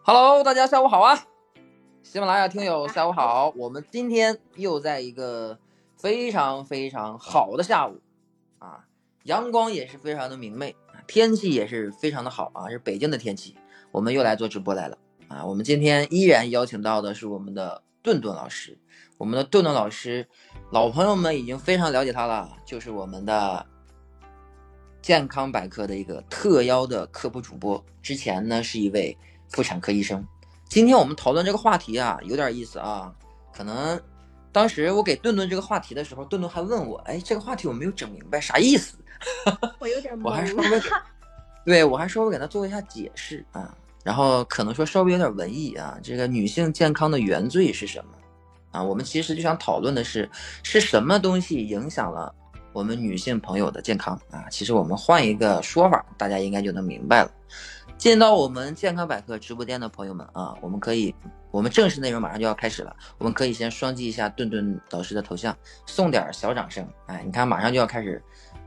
Hello，大家下午好啊！喜马拉雅听友下午好，我们今天又在一个非常非常好的下午啊，阳光也是非常的明媚，天气也是非常的好啊，是北京的天气，我们又来做直播来了啊！我们今天依然邀请到的是我们的顿顿老师，我们的顿顿老师，老朋友们已经非常了解他了，就是我们的健康百科的一个特邀的科普主播，之前呢是一位妇产科医生。今天我们讨论这个话题啊，有点意思啊。可能当时我给顿顿这个话题的时候，顿顿还问我，哎，这个话题我没有整明白啥意思。 我有点懵。 我还稍微给他做一下解释啊。然后可能说稍微有点文艺啊，这个女性健康的原罪是什么啊？我们其实就想讨论的是什么东西影响了我们女性朋友的健康啊？其实我们换一个说法，大家应该就能明白了。进到我们健康百科直播间的朋友们啊，我们正式内容马上就要开始了，我们可以先双击一下顿顿老师的头像，送点小掌声。哎，你看马上就要开始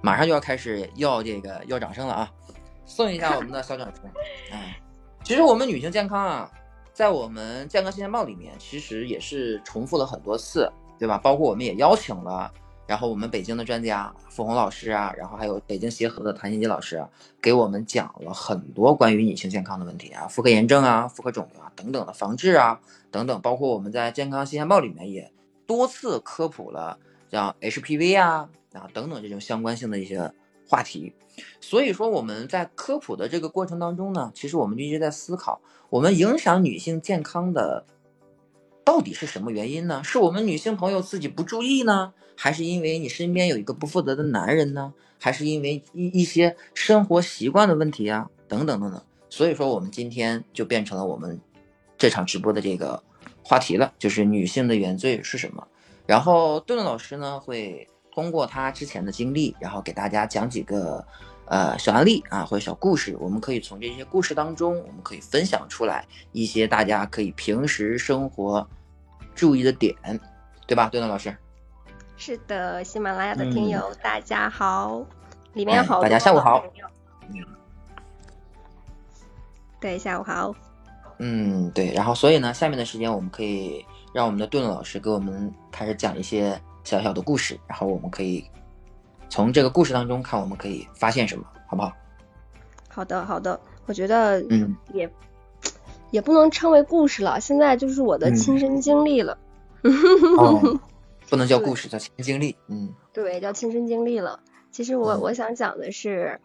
要掌声了啊！送一下我们的小掌声。哎，其实我们女性健康啊，在我们健康新鲜报里面其实也是重复了很多次，对吧？包括我们也邀请了然后我们北京的专家付红老师啊，然后还有北京协和的谭新杰老师啊，给我们讲了很多关于女性健康的问题啊，妇科炎症啊、妇科肿瘤啊等等的防治啊等等，包括我们在健康新鲜报里面也多次科普了像 HPV 啊等等这种相关性的一些话题。所以说我们在科普的这个过程当中呢，其实我们就一直在思考，我们影响女性健康的到底是什么原因呢？是我们女性朋友自己不注意呢，还是因为你身边有一个不负责的男人呢？还是因为一些生活习惯的问题啊，等等等等。所以说我们今天就变成了我们这场直播的这个话题了，就是女性的原罪是什么。然后顿顿老师呢会通过他之前的经历，然后给大家讲几个小案例啊，或者小故事，我们可以从这些故事当中，我们可以分享出来一些大家可以平时生活注意的点，对吧，顿顿老师？ 是的，喜马拉雅的听友，大家好，里面好多大家下午好。 对，下午好。 对，然后所以呢，下面的时间我们可以让我们的顿顿老师给我们开始讲一些小小的故事，然后我们可以从这个故事当中看我们可以发现什么，好不好？ 好的，我觉得也不能称为故事了，现在就是我的亲身经历了。 不能叫故事，叫亲身经历。 对，叫亲身经历了。其实我想讲的是，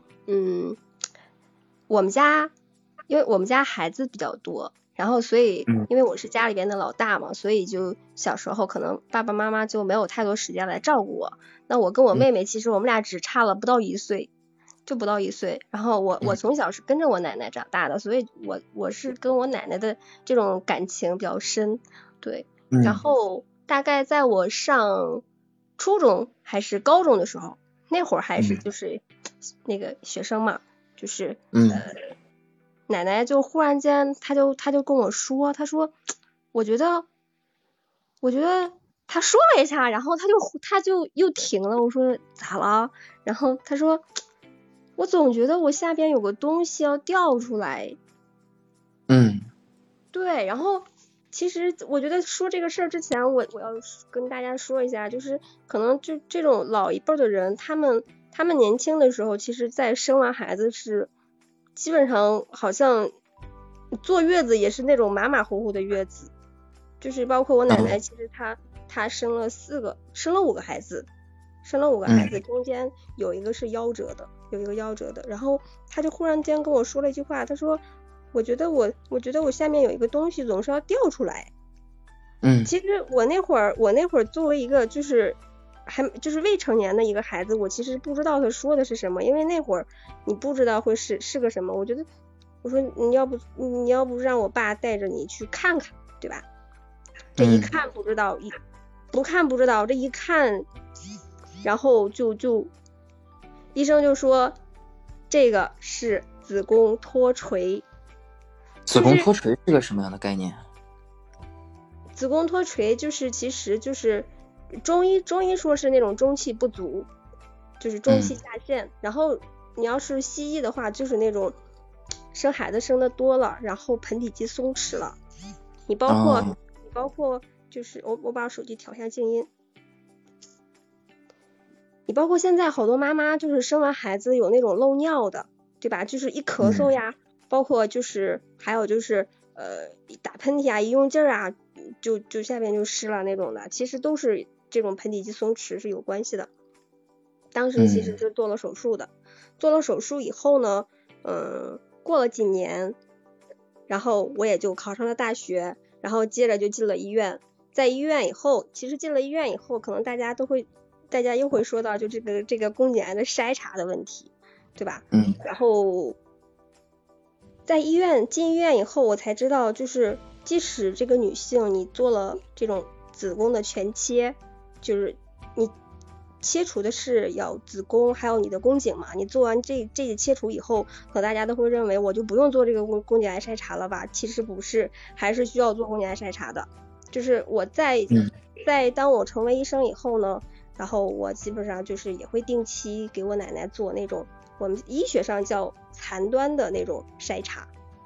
我们家因为我们家孩子比较多，然后所以因为我是家里边的老大嘛，所以就小时候可能爸爸妈妈就没有太多时间来照顾我。那我跟我妹妹其实我们俩只差了不到1岁，就不到1岁。然后我从小是跟着我奶奶长大的，所以我是跟我奶奶的这种感情比较深。对，然后大概在我上初中还是高中的时候，那会儿还是就是那个学生嘛，就是奶奶就忽然间她就跟我说，她说我觉得她说了一下，然后她就又停了。我说咋了？然后她说我总觉得我下边有个东西要掉出来。对，然后其实我觉得说这个事儿之前，我要跟大家说一下，就是可能就这种老一辈的人，他们年轻的时候，其实在生完孩子是基本上好像坐月子也是那种马马虎虎的月子，就是包括我奶奶，其实她生了5个孩子，中间有一个是夭折的，然后她就忽然间跟我说了一句话，她说我觉得我下面有一个东西总是要掉出来。其实我那会儿作为一个就是未成年的一个孩子，我其实不知道他说的是什么，因为那会儿你不知道会是个什么。我觉得我说你要不让我爸带着你去看看，对吧？这一看不知道，不看不知道，这一看，然后就医生就说这个是子宫脱垂。 子宫脱垂是个什么样的概念？ 子宫脱垂其实就是中医说是那种中气不足，就是中气下陷。然后你要是西医的话，就是那种生孩子生的多了，然后盆底肌松弛了。你包括就是我把手机调一下静音。你包括现在好多妈妈就是生完孩子有那种漏尿的，对吧？就是一咳嗽呀，包括就是还有就是一打喷嚏啊，一用劲儿啊，就下边就湿了那种的，其实都是这种盆底肌松弛是有关系的。当时其实是做了手术的，做了手术以后呢，过了几年，然后我也就考上了大学，然后接着就进了医院。在医院以后，其实进了医院以后，可能大家又会说到就这个宫颈癌的筛查的问题，对吧？然后进医院以后，我才知道，就是即使这个女性你做了这种子宫的全切，就是你切除的是有子宫还有你的宫颈嘛，你做完这切除以后，可能大家都会认为我就不用做这个宫颈癌筛查了吧？其实不是，还是需要做宫颈癌筛查的。就是我在当我成为医生以后呢，然后我基本上就是也会定期给我奶奶做那种我们医学上叫残端的那种筛查。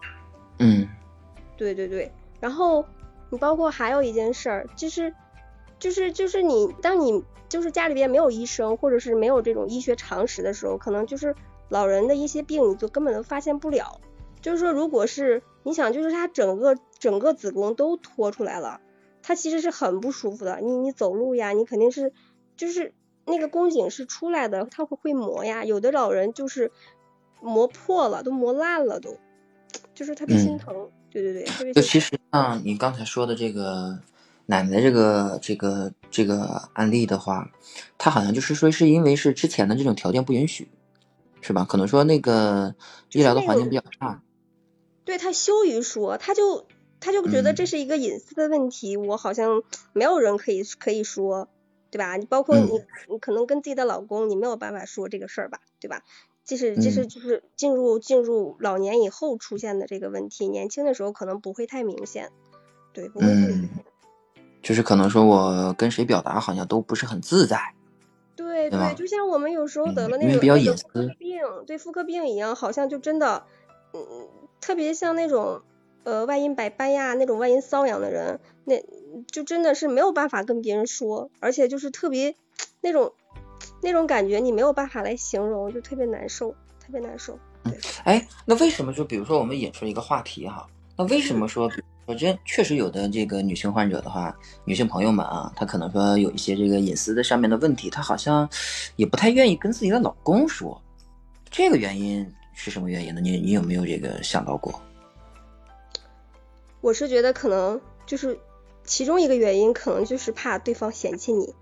对，然后你包括还有一件事儿，就是当你就是家里边没有医生或者是没有这种医学常识的时候，可能就是老人的一些病你就根本都发现不了。就是说如果是你想就是他整个子宫都脱出来了，它其实是很不舒服的，你走路呀，你肯定是就是那个宫颈是出来的，它会磨呀，有的老人就是磨破了，都磨烂了都，就是特别心疼。对，特别心疼。 就其实像你刚才说的这个奶奶这个案例的话，她好像就是说是因为是之前的这种条件不允许，是吧？可能说那个医疗的环境比较差。 对，他羞于说，他就觉得这是一个隐私的问题，我好像没有人可以说，对吧？你包括你可能跟自己的老公，你没有办法说这个事儿吧，对吧？这是就是进入老年以后出现的这个问题，年轻的时候可能不会太明显，对，不会太明显。 就是可能说我跟谁表达好像都不是很自在。 对，就像我们有时候得了那个妇科病，对妇科病一样，好像就真的，特别像那种外阴白斑呀，那种外阴瘙痒的人，那就真的是没有办法跟别人说，而且就是特别那种感觉，你没有办法来形容，就特别难受，特别难受。 哎，那为什么说，比如说我们引出一个话题哈，那为什么说，比如说这确实有的这个女性患者的话，女性朋友们啊，她可能说有一些这个隐私的上面的问题，她好像也不太愿意跟自己的老公说，这个原因是什么原因呢？你有没有这个想到过？ 我是觉得可能就是其中一个原因，可能就是怕对方嫌弃你。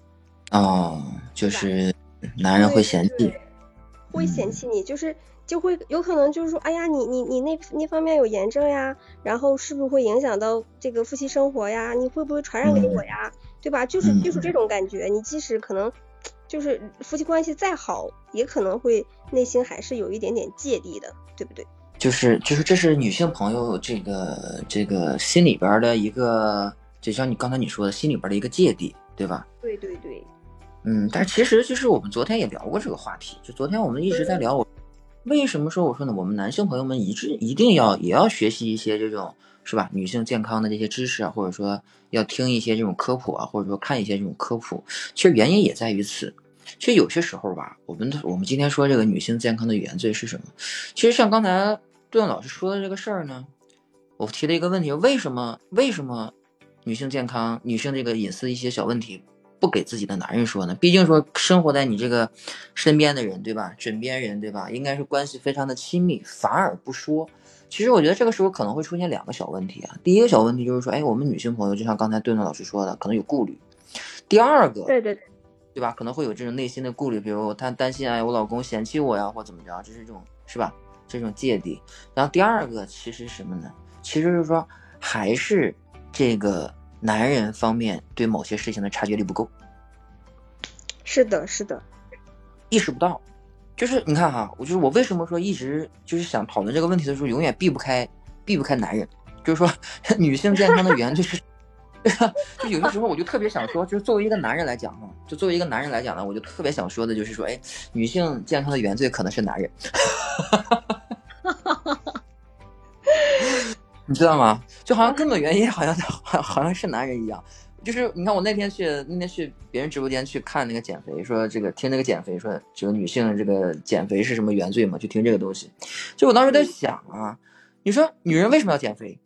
就是男人会嫌弃。 会嫌弃你，就会有可能就是说，哎呀，你那方面有炎症呀，然后是不是会影响到这个夫妻生活呀？你会不会传染给我呀？对吧？就是这种感觉，你即使可能就是夫妻关系再好，也可能会内心还是有一点点芥蒂的，对不对？ 就是这是女性朋友这个心里边的一个，就像你刚才你说的，心里边的一个芥蒂，对吧？ 对。 但是其实就是我们昨天也聊过这个话题，就昨天我们一直在聊，为什么说我说呢？我们男性朋友们一定也要学习一些这种是吧女性健康的这些知识啊，或者说要听一些这种科普啊，或者说看一些这种科普。其实原因也在于此。其实有些时候吧，我们今天说这个女性健康的原罪是什么？其实像刚才段老师说的这个事儿呢，我提了一个问题，为什么女性健康、女性这个隐私一些小问题不给自己的男人说呢？毕竟说生活在你这个身边的人，对吧？枕边人，对吧？应该是关系非常的亲密，反而不说。其实我觉得这个时候可能会出现两个小问题啊。第一个小问题就是说，我们女性朋友就像刚才段老师说的，可能有顾虑。第二个，对吧？可能会有这种内心的顾虑，比如他担心我老公嫌弃我呀，或怎么着，这是这种是吧？这种芥蒂。然后第二个其实是什么呢？其实是说还是这个男人方面对某些事情的察觉力不够。 是的， 意识不到。就是你看哈，我为什么说一直就是想讨论这个问题的时候，永远避不开男人，就是说女性健康的原就是就有的时候我就特别想说，就是作为一个男人来讲哈，呢，我就特别想说的就是说，女性健康的原罪可能是男人。 你知道吗？就好像根本原因好像是男人一样。就是你看我那天去别人直播间去看那个减肥，说这个听那个减肥，说这个女性这个减肥是什么原罪嘛，就听这个东西。就我当时在想啊，你说女人为什么要减肥？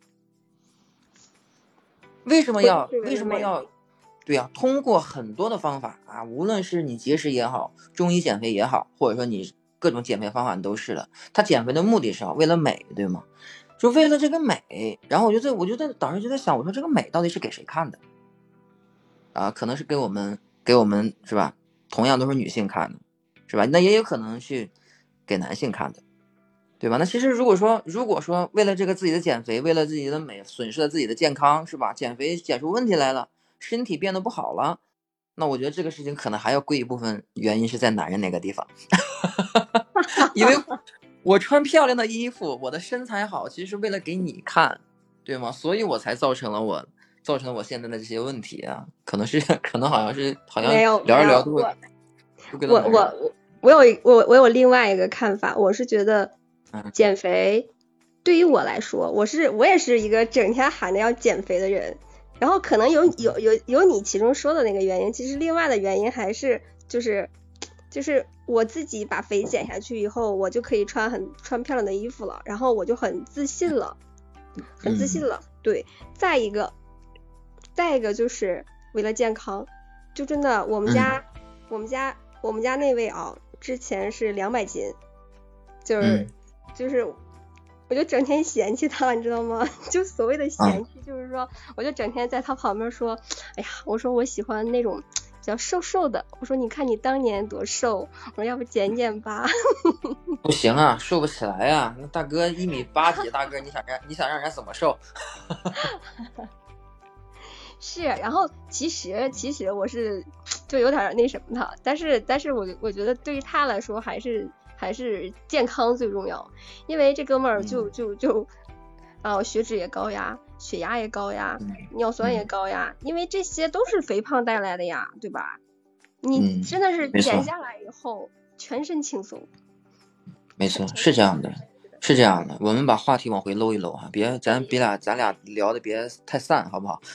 为什么要对啊，通过很多的方法啊，无论是你节食也好，中医减肥也好，或者说你各种减肥方法你都是的。他减肥的目的是为了美，对吗？就为了这个美。然后我就在当时就在想，我说这个美到底是给谁看的啊？可能是给我们是吧？同样都是女性看的，是吧？那也有可能去给男性看的，对吧？那其实如果说为了这个自己的减肥，为了自己的美，损失了自己的健康，是吧？减肥减出问题来了，身体变得不好了，那我觉得这个事情可能还要归一部分原因是在男人那个地方。因为我穿漂亮的衣服，我的身材好，其实是为了给你看，对吗？所以我才造成了我现在的这些问题啊。可能好像没有聊着聊都会归到男人。 我有另外一个看法，我是觉得减肥对于我来说，我也是一个整天喊着要减肥的人。然后可能有你其中说的那个原因，其实另外的原因还是就是我自己把肥减下去以后，我就可以穿漂亮的衣服了，然后我就很自信了。对，再一个就是为了健康，就真的我们家那位啊，之前是200斤，就是我就整天嫌弃他，你知道吗？就所谓的嫌弃，就是说我就整天在他旁边说，哎呀，我说我喜欢那种比较瘦瘦的，我说你看你当年多瘦，我说要不减减吧。 不行啊，瘦不起来啊。那大哥1.8米几，大哥你想让人怎么瘦？ 是，然后其实我是就有点那什么的，但是我觉得对于他来说还是健康最重要，因为这哥们儿血脂也高呀，血压也高呀，尿酸也高呀，因为这些都是肥胖带来的呀，对吧？你真的是减下来以后全身轻松。 没错，是这样的。我们把话题往回搂一搂哈，咱俩聊的别太散，好不好？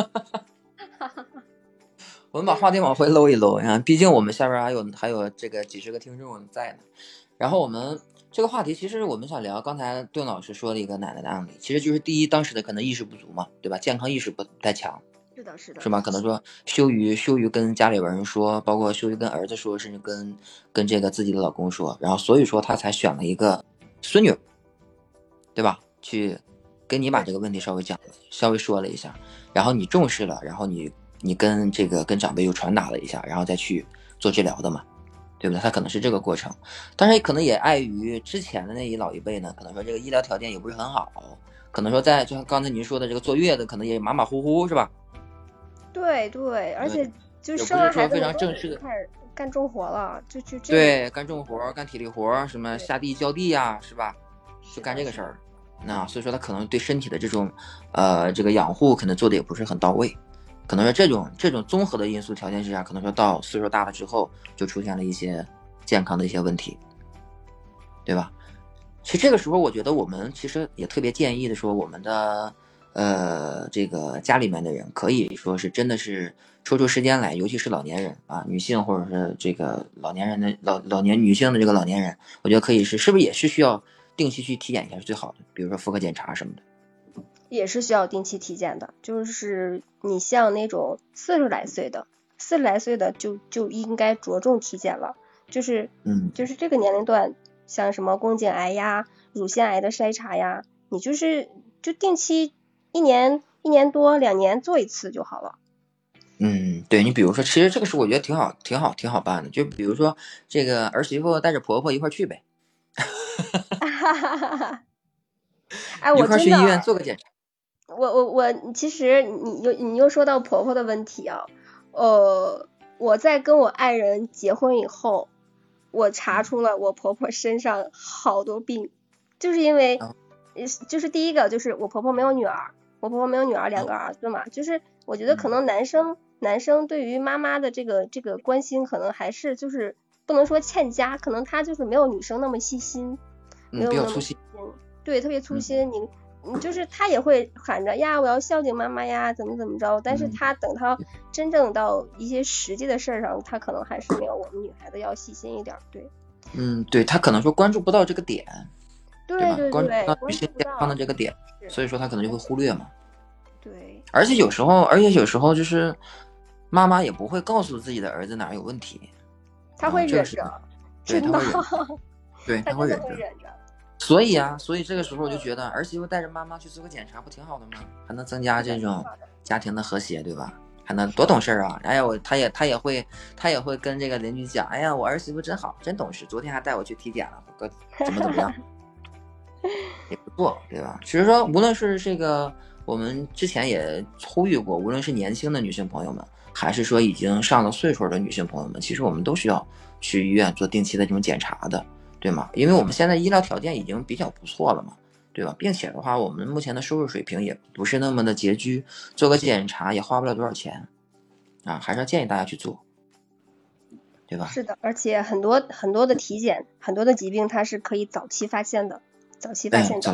我们把话题往回搂一搂啊，毕竟我们下边还有这个几十个听众在呢。然后我们这个话题，其实我们想聊刚才段老师说的一个奶奶的案例，其实就是第一，当时的可能意识不足嘛，对吧？健康意识不太强，是吧？可能说羞于跟家里人说，包括羞于跟儿子说，甚至跟这个自己的老公说，然后所以说他才选了一个孙女，对吧？去跟你把这个问题稍微说了一下，然后你重视了，然后你跟长辈又传达了一下，然后再去做治疗的嘛，对不对？他可能是这个过程，但是可能也碍于之前的那老一辈呢，可能说这个医疗条件也不是很好，可能说就像刚才您说的这个坐月子可能也马马虎虎，是吧？ 对，而且就生完孩子非常正式的开始干重活了，就对，干重活干体力活，什么下地浇地呀，是吧？就干这个事儿。那所以说他可能对身体的这种这个养护可能做的也不是很到位，可能说这种综合的因素条件之下，可能说到岁数大了之后就出现了一些健康的一些问题，对吧？其实这个时候我觉得我们其实也特别建议的说，我们的这个家里面的人可以说是真的是抽出时间来，尤其是老年人啊，女性或者是这个老年人的女性的这个老年人，我觉得可以是不是也是需要定期去体检一下是最好的，比如说妇科检查什么的， 也是需要定期体检的。就是你像那种40来岁的就应该着重体检了，就是这个年龄段，像什么宫颈癌呀、乳腺癌的筛查呀，你就定期1年多2年做一次就好了。 对，你比如说，其实这个是我觉得挺好办的，就比如说这个儿媳妇带着婆婆一块去呗。 哎， 一块去医院做个检查。 我其实你又说到婆婆的问题啊，我在跟我爱人结婚以后，我查出了我婆婆身上好多病，就是因为就是第一个就是我婆婆没有女儿，2个儿子嘛，就是我觉得可能男生对于妈妈的这个关心可能还是就是不能说欠佳，可能他就是没有女生那么细心，没有那么细心，对，特别粗心。 就是他也会喊着呀，我要孝敬妈妈呀，怎么着，但是他等他真正到一些实际的事儿上，他可能还是没有我们女孩子要细心一点。对， 对，他可能说关注不到这个点， 对吧？关注不到女关性健康的这个点，所以说他可能就会忽略嘛。 对， 而且有时候就是妈妈也不会告诉自己的儿子哪儿有问题， 他会忍着， 对，他会忍着，对，他会忍着。所以这个时候我就觉得儿媳妇带着妈妈去做个检查不挺好的吗？还能增加这种家庭的和谐，对吧？还能多懂事啊！哎呀，他也会跟这个邻居讲，哎呀，我儿媳妇真好，真懂事，昨天还带我去体检了，怎么样，也不错，对吧？其实说无论是这个，我们之前也呼吁过，无论是年轻的女性朋友们，还是说已经上了岁数的女性朋友们，其实我们都需要去医院做定期的这种检查的。对吗？因为我们现在医疗条件已经比较不错了嘛，对吧？并且的话，我们目前的收入水平也不是那么的拮据，做个检查也花不了多少钱，啊，还是要建议大家去做，对吧？ 是的，而且很多的体检，很多的疾病它是可以早期发现的，早期发现。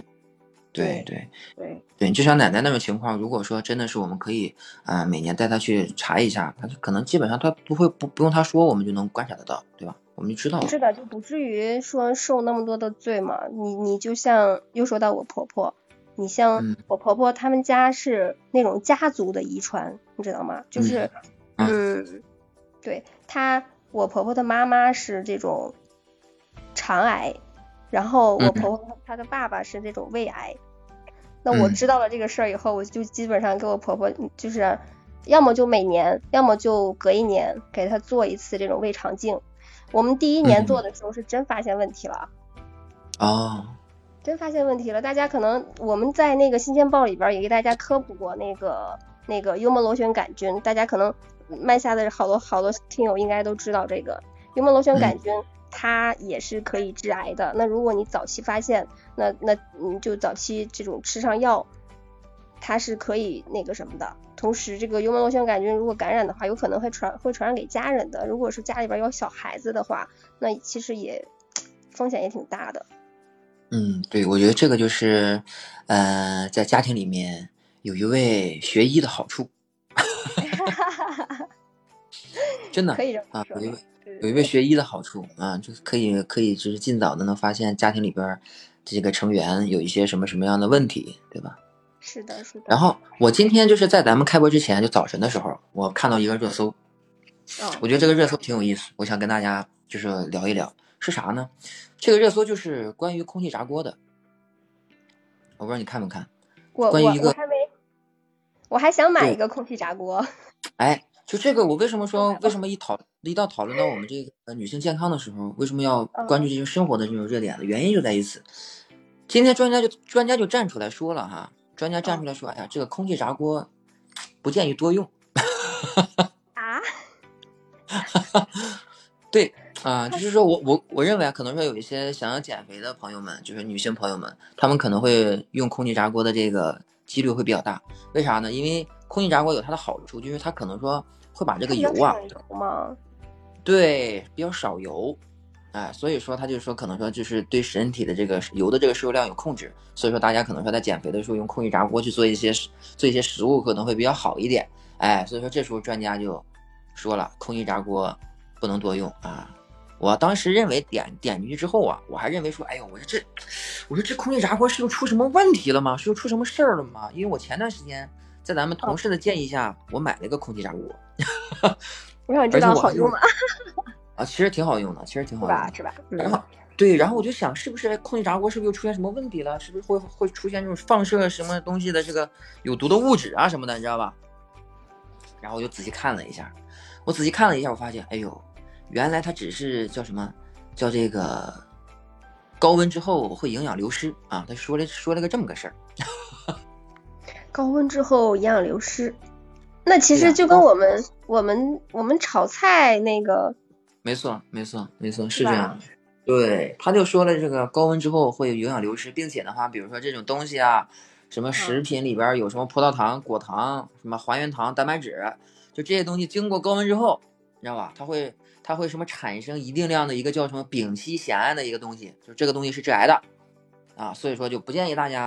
对，就像奶奶那种情况，如果说真的是我们可以每年带她去查一下，她可能基本上她不用她说，我们就能观察得到，对吧？我们就知道了。 是的，就不至于说受那么多的罪嘛。你就像又说到我婆婆，你像我婆婆他们家是那种家族的遗传，你知道吗？就是对，我婆婆的妈妈是这种肠癌，然后我婆婆她的爸爸是这种胃癌。那我知道了这个事儿以后，我就基本上给我婆婆就是要么就每年，要么就隔一年给她做一次这种胃肠镜。我们第1年做的时候是真发现问题了。真发现问题了。大家可能我们在那个新鲜报里边也给大家科普过那个幽门螺旋杆菌，大家可能麦下的好多听友应该都知道这个幽门螺旋杆菌，它也是可以致癌的。那如果你早期发现，那你就早期这种吃上药，它是可以那个什么的。同时这个幽门螺旋杆菌如果感染的话，有可能会传染给家人的。如果是家里边有小孩子的话，那其实也风险也挺大的。 对，我觉得这个就是在家庭里面有一位学医的好处。真的可以这么说， 有一位学医的好处啊，就是可以就是尽早的能发现家庭里边这个成员有一些什么样的问题，对吧？ 是的。 然后我今天就是在咱们开播之前，就早晨的时候，我看到一个热搜，我觉得这个热搜挺有意思，我想跟大家就是聊一聊，是啥呢？这个热搜就是关于空气炸锅的，我不知道你看没看？关于一个我还想买一个空气炸锅。 哎，就这个，我为什么说一到讨论到我们这个女性健康的时候，为什么要关注这种生活的这种热点的原因就在于此。今天专家就站出来说了哈，专家站出来说，哎呀，这个空气炸锅不建议多用。对啊，就是说我认为啊，可能说有一些想要减肥的朋友们，就是女性朋友们，她们可能会用空气炸锅的这个几率会比较大。为啥呢？因为空气炸锅有它的好处，就是它可能说会把这个油啊，对，比较少油，所以说他就说可能说就是对身体的这个油的这个摄入量有控制，所以说大家可能说在减肥的时候用空气炸锅去做一些食物可能会比较好一点，所以说这时候专家就说了，空气炸锅不能多用啊。我当时认为点进去之后啊，我还认为说，哎呦，我说这空气炸锅是又出什么问题了吗？是又出什么事儿了吗？因为我前段时间在咱们同事的建议下，我买了一个空气炸锅。 我想知道好用吗？ 其实挺好用的，是吧？然后我就想，是不是空气炸锅是不是又出现什么问题了？是不是会出现这种放射什么东西的这个有毒的物质啊什么的，你知道吧？然后我就仔细看了一下，我发现，哎呦，原来它只是叫什么？叫这个高温之后会营养流失啊！他说了个这么个事儿。 高温之后营养流失，那其实就跟我们炒菜那个。 没错，是这样的。对，他就说了这个高温之后会营养流失，并且的话，比如说这种东西啊，什么食品里边有什么葡萄糖、果糖、什么还原糖、蛋白质，就这些东西经过高温之后，你知道吧？它会什么产生一定量的一个叫什么丙烯酰胺的一个东西，就这个东西是致癌的啊，所以说就不建议大家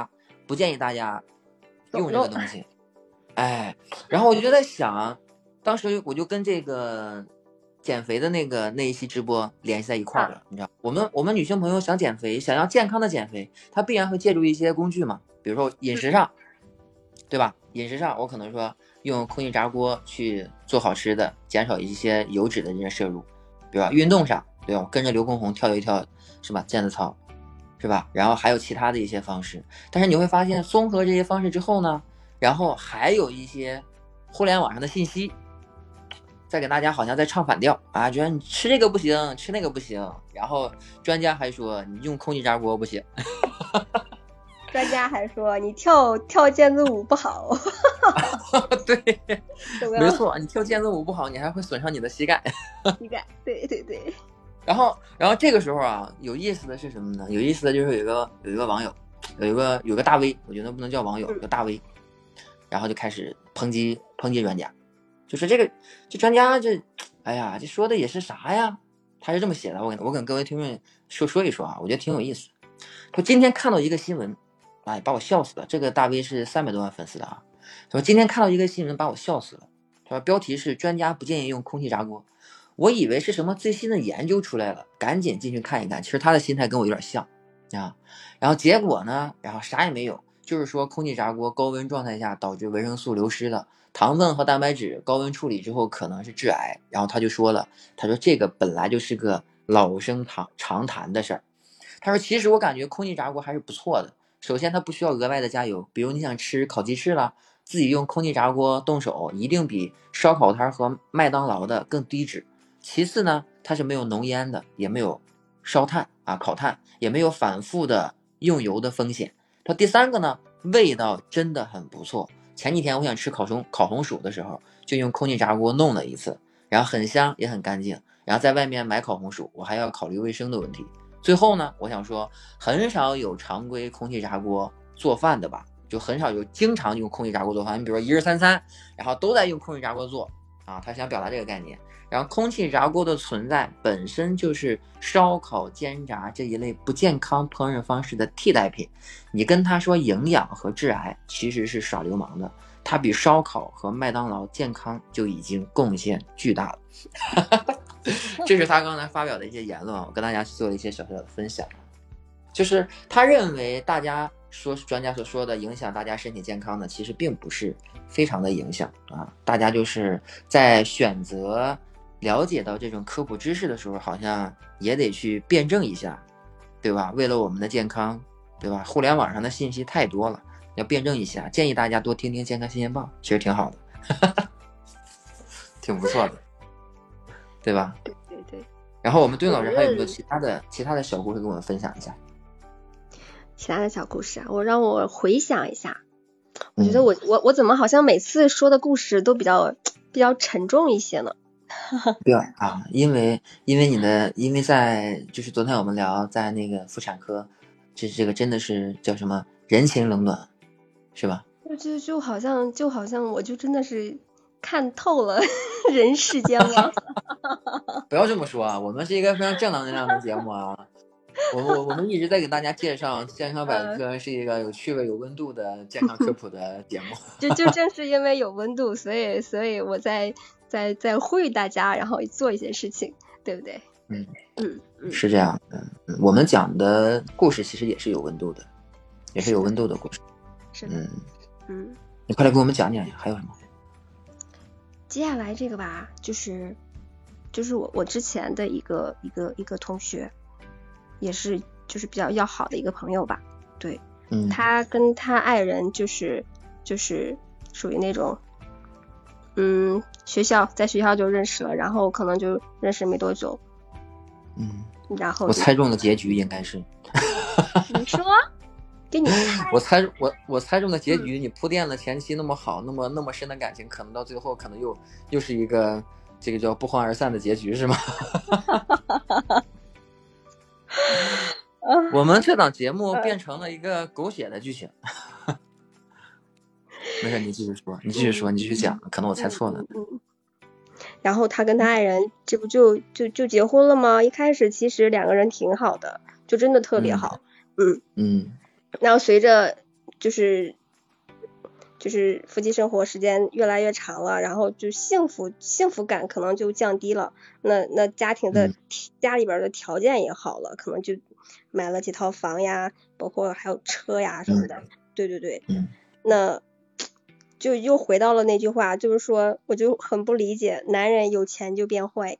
不建议大家用这个东西。哎，然后我就在想，当时我就跟这个减肥的那一期直播联系在一块儿了，你知道，我们女性朋友想减肥，想要健康的减肥，她必然会借助一些工具嘛，比如说饮食上，对吧？饮食上我可能说用空气炸锅去做好吃的，减少一些油脂的这些摄入，对吧？运动上，对吧？我跟着刘畊宏跳一跳，是吧？毽子操，是吧？然后还有其他的一些方式，但是你会发现，综合这些方式之后呢，然后还有一些互联网上的信息，在给大家好像在唱反调啊，觉得你吃这个不行，吃那个不行，然后专家还说你用空气炸锅不行。 专家还说你跳毽子舞不好。 对，没错，你跳毽子舞不好，你还会损伤你的膝盖。 膝盖，对对对。 然后这个时候啊，有意思的是什么呢？有意思的就是有一个网友，有个大 V， 我觉得不能叫网友，叫大 V，然后就开始抨击专家，就是这专家哎呀，这说的也是啥呀？他是这么写的，我跟各位听众说一说啊，我觉得挺有意思。他说今天看到一个新闻，哎，把我笑死了。这个大 V 是300多万粉丝的啊。他说今天看到一个新闻，把我笑死了。他说标题是专家不建议用空气炸锅，我以为是什么最新的研究出来了，赶紧进去看一看。其实他的心态跟我有点像啊。然后结果呢，然后啥也没有，就是说空气炸锅高温状态下导致维生素流失了，糖分和蛋白质高温处理之后可能是致癌。然后他就说了，他说这个本来就是个老生常谈的事儿。他说其实我感觉空气炸锅还是不错的。首先它不需要额外的加油，比如你想吃烤鸡翅了，自己用空气炸锅动手，一定比烧烤摊和麦当劳的更低脂。其次呢，它是没有浓烟的，也没有烧炭啊烤炭，也没有反复的用油的风险。它第三个呢，味道真的很不错。前几天我想吃烤红薯的时候，就用空气炸锅弄了一次，然后很香也很干净。然后在外面买烤红薯，我还要考虑卫生的问题。最后呢，我想说，很少有常规空气炸锅做饭的吧，就很少有经常用空气炸锅做饭。你比如说一日三餐，然后都在用空气炸锅做啊，他想表达这个概念。然后空气炸锅的存在本身就是烧烤、煎炸这一类不健康烹饪方式的替代品，你跟他说营养和致癌，其实是耍流氓的。它比烧烤和麦当劳健康就已经贡献巨大了。这是他刚才发表的一些言论，我跟大家做了一些小小的分享。就是他认为大家说专家所说的影响大家身体健康的，其实并不是非常的影响啊。大家就是在选择了解到这种科普知识的时候，好像也得去辩证一下，对吧？为了我们的健康，对吧？互联网上的信息太多了，要辩证一下。建议大家多听听健康新鲜报，其实挺好的。挺不错的，对吧？ 对对对。 然后我们对老师还有没有其他的小故事跟我们分享一下？ 其他的小故事啊，让我回想一下。我觉得我怎么好像每次说的故事都比较沉重一些呢？ 对啊，因为在就是昨天我们聊在那个妇产科，这个真的是叫什么人情冷暖，是吧？ 就好像我就真的是看透了人世间了。 不要这么说啊，我们是一个非常正能量的节目啊。我们一直在给大家介绍健康百科是一个有趣味有温度的健康科普的节目。 就正是因为有温度，所以我在呼吁大家，然后做一些事情，对不对？ 是这样的。我们讲的故事其实也是有温度的，也是有温度的故事。 是的。 你快来给我们讲讲呀，还有什么？ 接下来这个吧，就是我之前的一个同学，也是就是比较要好的一个朋友吧。对，他跟他爱人就是属于那种，在学校就认识了，然后可能就认识没多久，然后我猜中了结局应该是。 你说？给你猜。 我猜中的结局，你铺垫了前期那么好，那么深的感情，可能到最后可能又是一个这个叫不欢而散的结局，是吗？我们这档节目变成了一个狗血的剧情。没事，你继续讲，可能我猜错了。 然后他跟他爱人这不就结婚了吗？一开始其实两个人挺好的，就真的特别好。然后随着就是夫妻生活时间越来越长了，然后就幸福感可能就降低了，那家里边的条件也好了，可能就买了几套房呀，包括还有车呀什么的，对对对，那就又回到了那句话，就是说我就很不理解，男人有钱就变坏。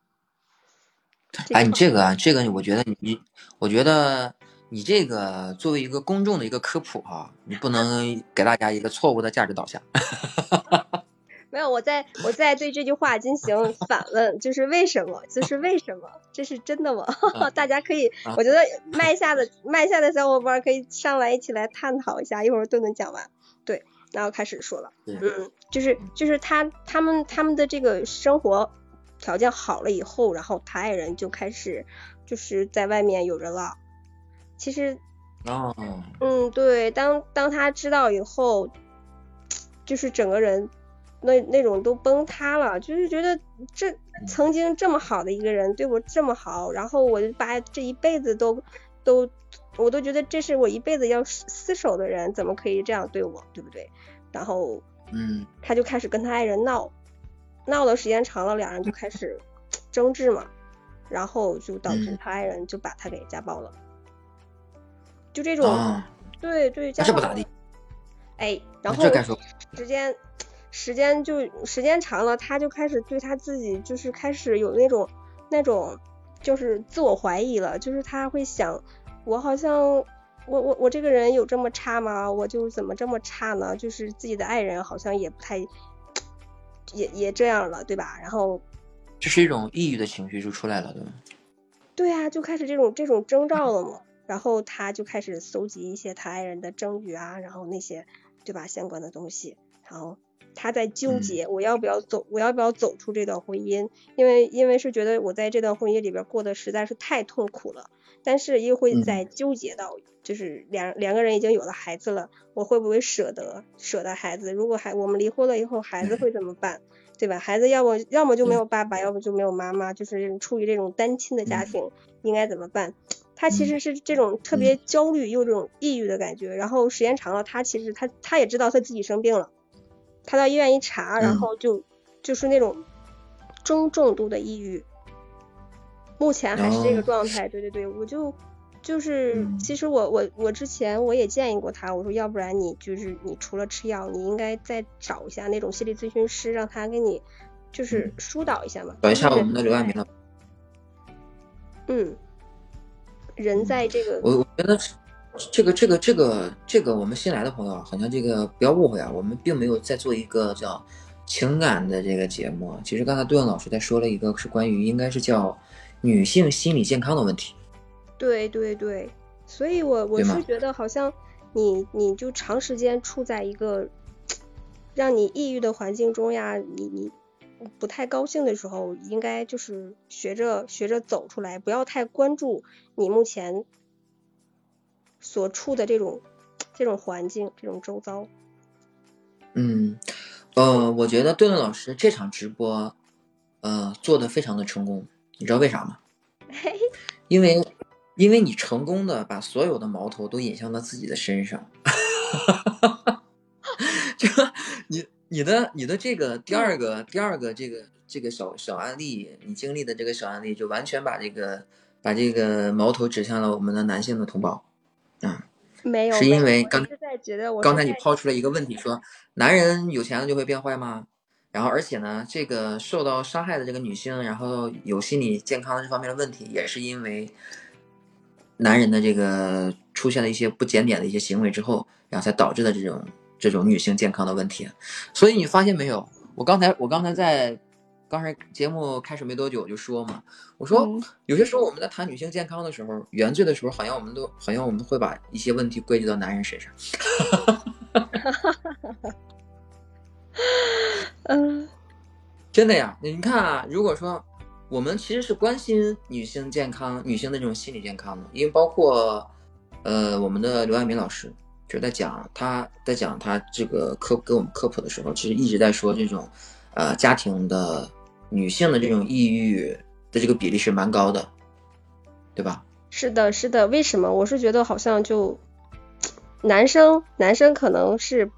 哎，你这个我觉得你这个作为一个公众的一个科普哈，你不能给大家一个错误的价值导向。 没有，我在对这句话进行反问，就是为什么？这是真的吗？大家可以，我觉得麦下的小伙伴可以上来一起来探讨一下，一会儿顿顿讲完。对，然后开始说了，就是他们的这个生活条件好了以后，然后他爱人就开始就是在外面有人了。其实，对，当他知道以后，就是整个人那种都崩塌了，就是觉得这曾经这么好的一个人对我这么好，然后我就把这一辈子我都觉得这是我一辈子要厮守的人，怎么可以这样对我，对不对？然后他就开始跟他爱人闹的时间长了，两人就开始争执嘛，然后就导致他爱人就把他给家暴了，就这种对家暴， 这不咋地。 哎，然后时间长了，他就开始对他自己就是开始有那种就是自我怀疑了，就是他会想，我好像我这个人有这么差吗？我就怎么这么差呢？就是自己的爱人好像也不太也这样了，对吧？然后这是一种抑郁的情绪就出来了，对吧？ 对啊，就开始这种征兆了嘛。然后他就开始搜集一些他爱人的证据啊，然后那些对吧相关的东西，然后他在纠结我要不要走出这段婚姻，因为是觉得我在这段婚姻里边过得实在是太痛苦了，但是又会在纠结到就是两个人已经有了孩子了，我会不会舍得孩子？如果我们离婚了以后，孩子会怎么办？对吧？孩子要么就没有爸爸，要么就没有妈妈，就是处于这种单亲的家庭，应该怎么办？他其实是这种特别焦虑又这种抑郁的感觉，然后时间长了，他其实他也知道他自己生病了，他到医院一查，然后就是那种中重度的抑郁，目前还是这个状态。对，我就是其实我之前我也建议过他，我说要不然你除了吃药，你应该再找一下那种心理咨询师，让他给你就是疏导一下嘛。 找一下我们的刘爱民了。 人在这个， 我觉得这个我们新来的朋友好像这个不要误会啊，我们并没有在做一个叫情感的这个节目。其实刚才杜燕老师在说了一个是关于应该是叫女性心理健康的问题。对， 所以我是觉得好像你就长时间处在一个让你抑郁的环境中呀，你不太高兴的时候，应该就是学着走出来，不要太关注你目前所处的这种环境，这种周遭。 我觉得顿顿老师这场直播做得非常的成功，你知道为啥吗？因为你成功的把所有的矛头都引向了自己的身上。这个你的这个第二个这个小案例，你经历的这个小案例就完全把这个矛头指向了我们的男性的同胞没有， 是因为刚才你抛出了一个问题，说男人有钱了就会变坏吗？然后而且呢，这个受到伤害的这个女性，然后有心理健康这方面的问题，也是因为男人的这个出现了一些不检点的一些行为之后，然后才导致的这种女性健康的问题。所以你发现没有，我刚才节目开始没多久就说嘛，我说有些时候我们在谈女性健康的时候，原罪的时候，好像我们会把一些问题归结到男人身上。真的呀，你看啊，如果说我们其实是关心女性健康、女性的这种心理健康的，因为包括我们的刘爱民老师就在讲他这个给我们科普的时候，其实一直在说这种家庭的女性的这种抑郁的这个比例是蛮高的，对吧？ 是的，为什么？我是觉得好像就男生可能是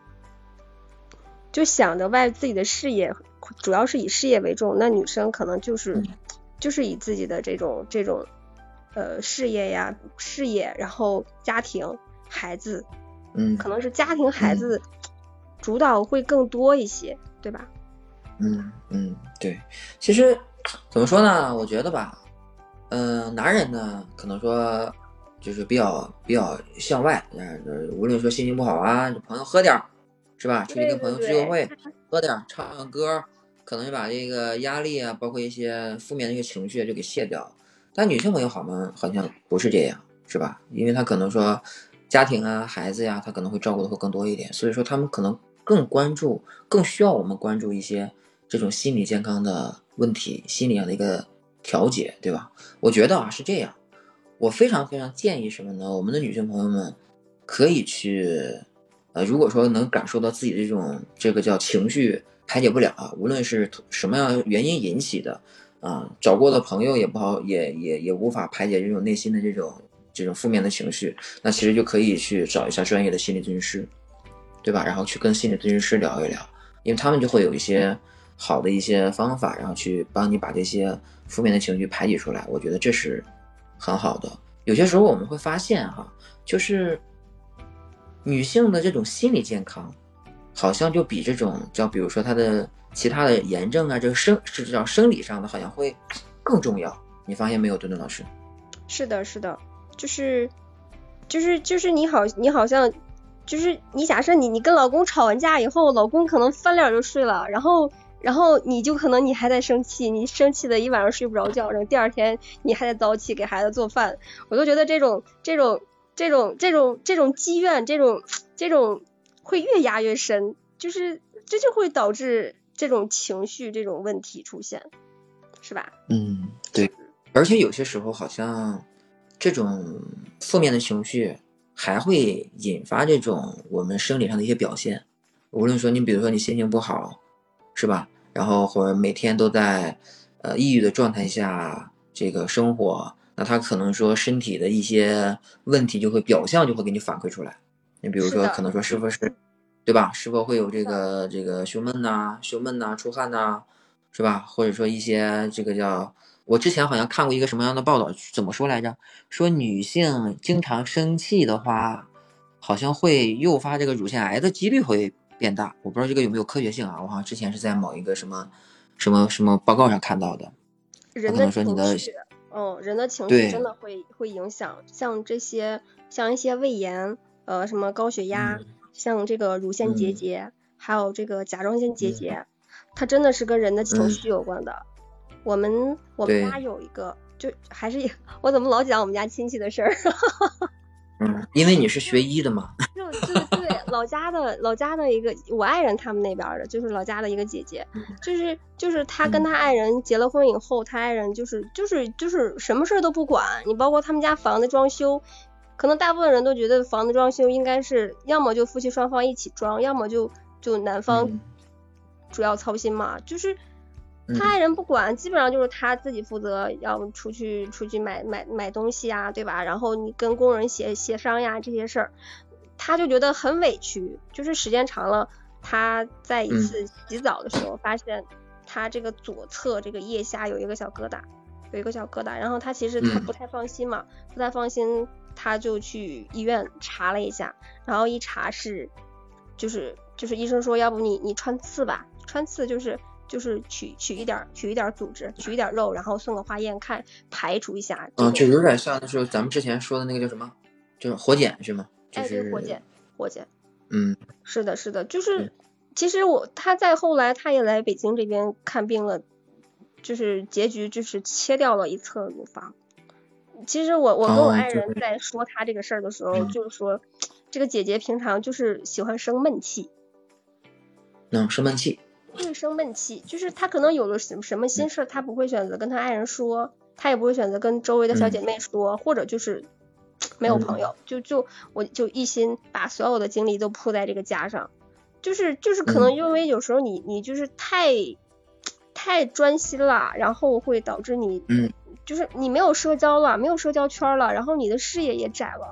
就想着自己的事业，主要是以事业为重，那女生可能就是以自己的这种事业，然后家庭孩子，可能是家庭孩子主导会更多一些，对吧？ 对，其实怎么说呢，我觉得吧，男人呢可能说就是比较向外，无论说心情不好啊，朋友喝点是吧，出去跟朋友聚个会，喝点唱唱歌，可能就把这个压力啊，包括一些负面的一些情绪就给卸掉。但女性朋友好像不是这样，是吧？因为她可能说家庭啊孩子呀，她可能会照顾的会更多一点，所以说他们可能更需要我们关注一些这种心理健康的问题，心理上的一个调节，对吧？我觉得是这样，我非常建议什么呢？我们的女性朋友们可以去如果说能感受到自己的这个叫情绪排解不了啊，无论是什么样原因引起的找过的朋友也不好，也无法排解这种内心的这种负面的情绪，那其实就可以去找一下专业的心理咨询师，对吧？然后去跟心理咨询师聊一聊，因为他们就会有一些好的一些方法，然后去帮你把这些负面的情绪排解出来，我觉得这是很好的。有些时候我们会发现就是女性的这种心理健康好像就比这种比如说她的其他的炎症啊，这个生理上的好像会更重要，你发现没有，墩墩老师？ 是的，就是你好像就是你假设你跟老公吵完架以后，老公可能翻脸就睡了，然后你就可能你还在生气，你生气的一晚上睡不着觉，然后第二天你还得早起给孩子做饭，我都觉得这种积怨，这种会越压越深，就是这就会导致这种情绪这种问题出现，是吧？ 对，而且有些时候好像这种负面的情绪还会引发这种我们生理上的一些表现，无论说你比如说你心情不好，是吧？然后或者每天都在抑郁的状态下这个生活，那他可能说身体的一些问题表象就会给你反馈出来。你比如说可能说是否是，对吧？是否会有这个胸闷呐、出汗呐，是吧？或者说一些这个叫。我之前好像看过一个什么样的报道，怎么说来着？说女性经常生气的话，好像会诱发这个乳腺癌的几率会变大。我不知道这个有没有科学性啊？我好像之前是在某一个什么报告上看到的。 人的情绪，人的情绪真的会影响，像一些胃炎，什么高血压，像这个乳腺结节，还有这个甲状腺结节，它真的是跟人的情绪有关的。我们家有一个，就还是我怎么老讲我们家亲戚的事儿？ 因为你是学医的嘛。 对，老家的一个我爱人他们那边的，就是老家的一个姐姐，就是他跟他爱人结了婚以后，他爱人就是什么事都不管，你包括他们家房子装修，可能大部分人都觉得房子装修应该是要么就夫妻双方一起装，要么就男方主要操心嘛，就是他爱人不管，基本上就是他自己负责，要么出去买东西啊，对吧？然后你跟工人协商呀这些事儿，他就觉得很委屈。就是时间长了，他在一次洗澡的时候发现他这个左侧这个腋下有一个小疙瘩，然后他其实他不太放心嘛，他就去医院查了一下，然后一查就是医生说要不你穿刺吧，穿刺就是取一点组织，取一点肉，然后送个化验看排除一下。 就有点像就是咱们之前说的那个叫什么，就是活检是吗？ 对，活检。是的， 就是其实他在后来他也来北京这边看病了，就是结局就是切掉了一侧乳房。其实我跟我爱人在说他这个事儿的时候，就是说这个姐姐平常就是喜欢生闷气。 生闷气。 对，生闷气，就是他可能有了什么心事，他不会选择跟他爱人说，他也不会选择跟周围的小姐妹说，或者就是没有朋友，我就一心把所有的精力都扑在这个家上，就是可能因为有时候你就是太专心了，然后会导致你就是你没有社交了，没有社交圈了，然后你的视野也窄了，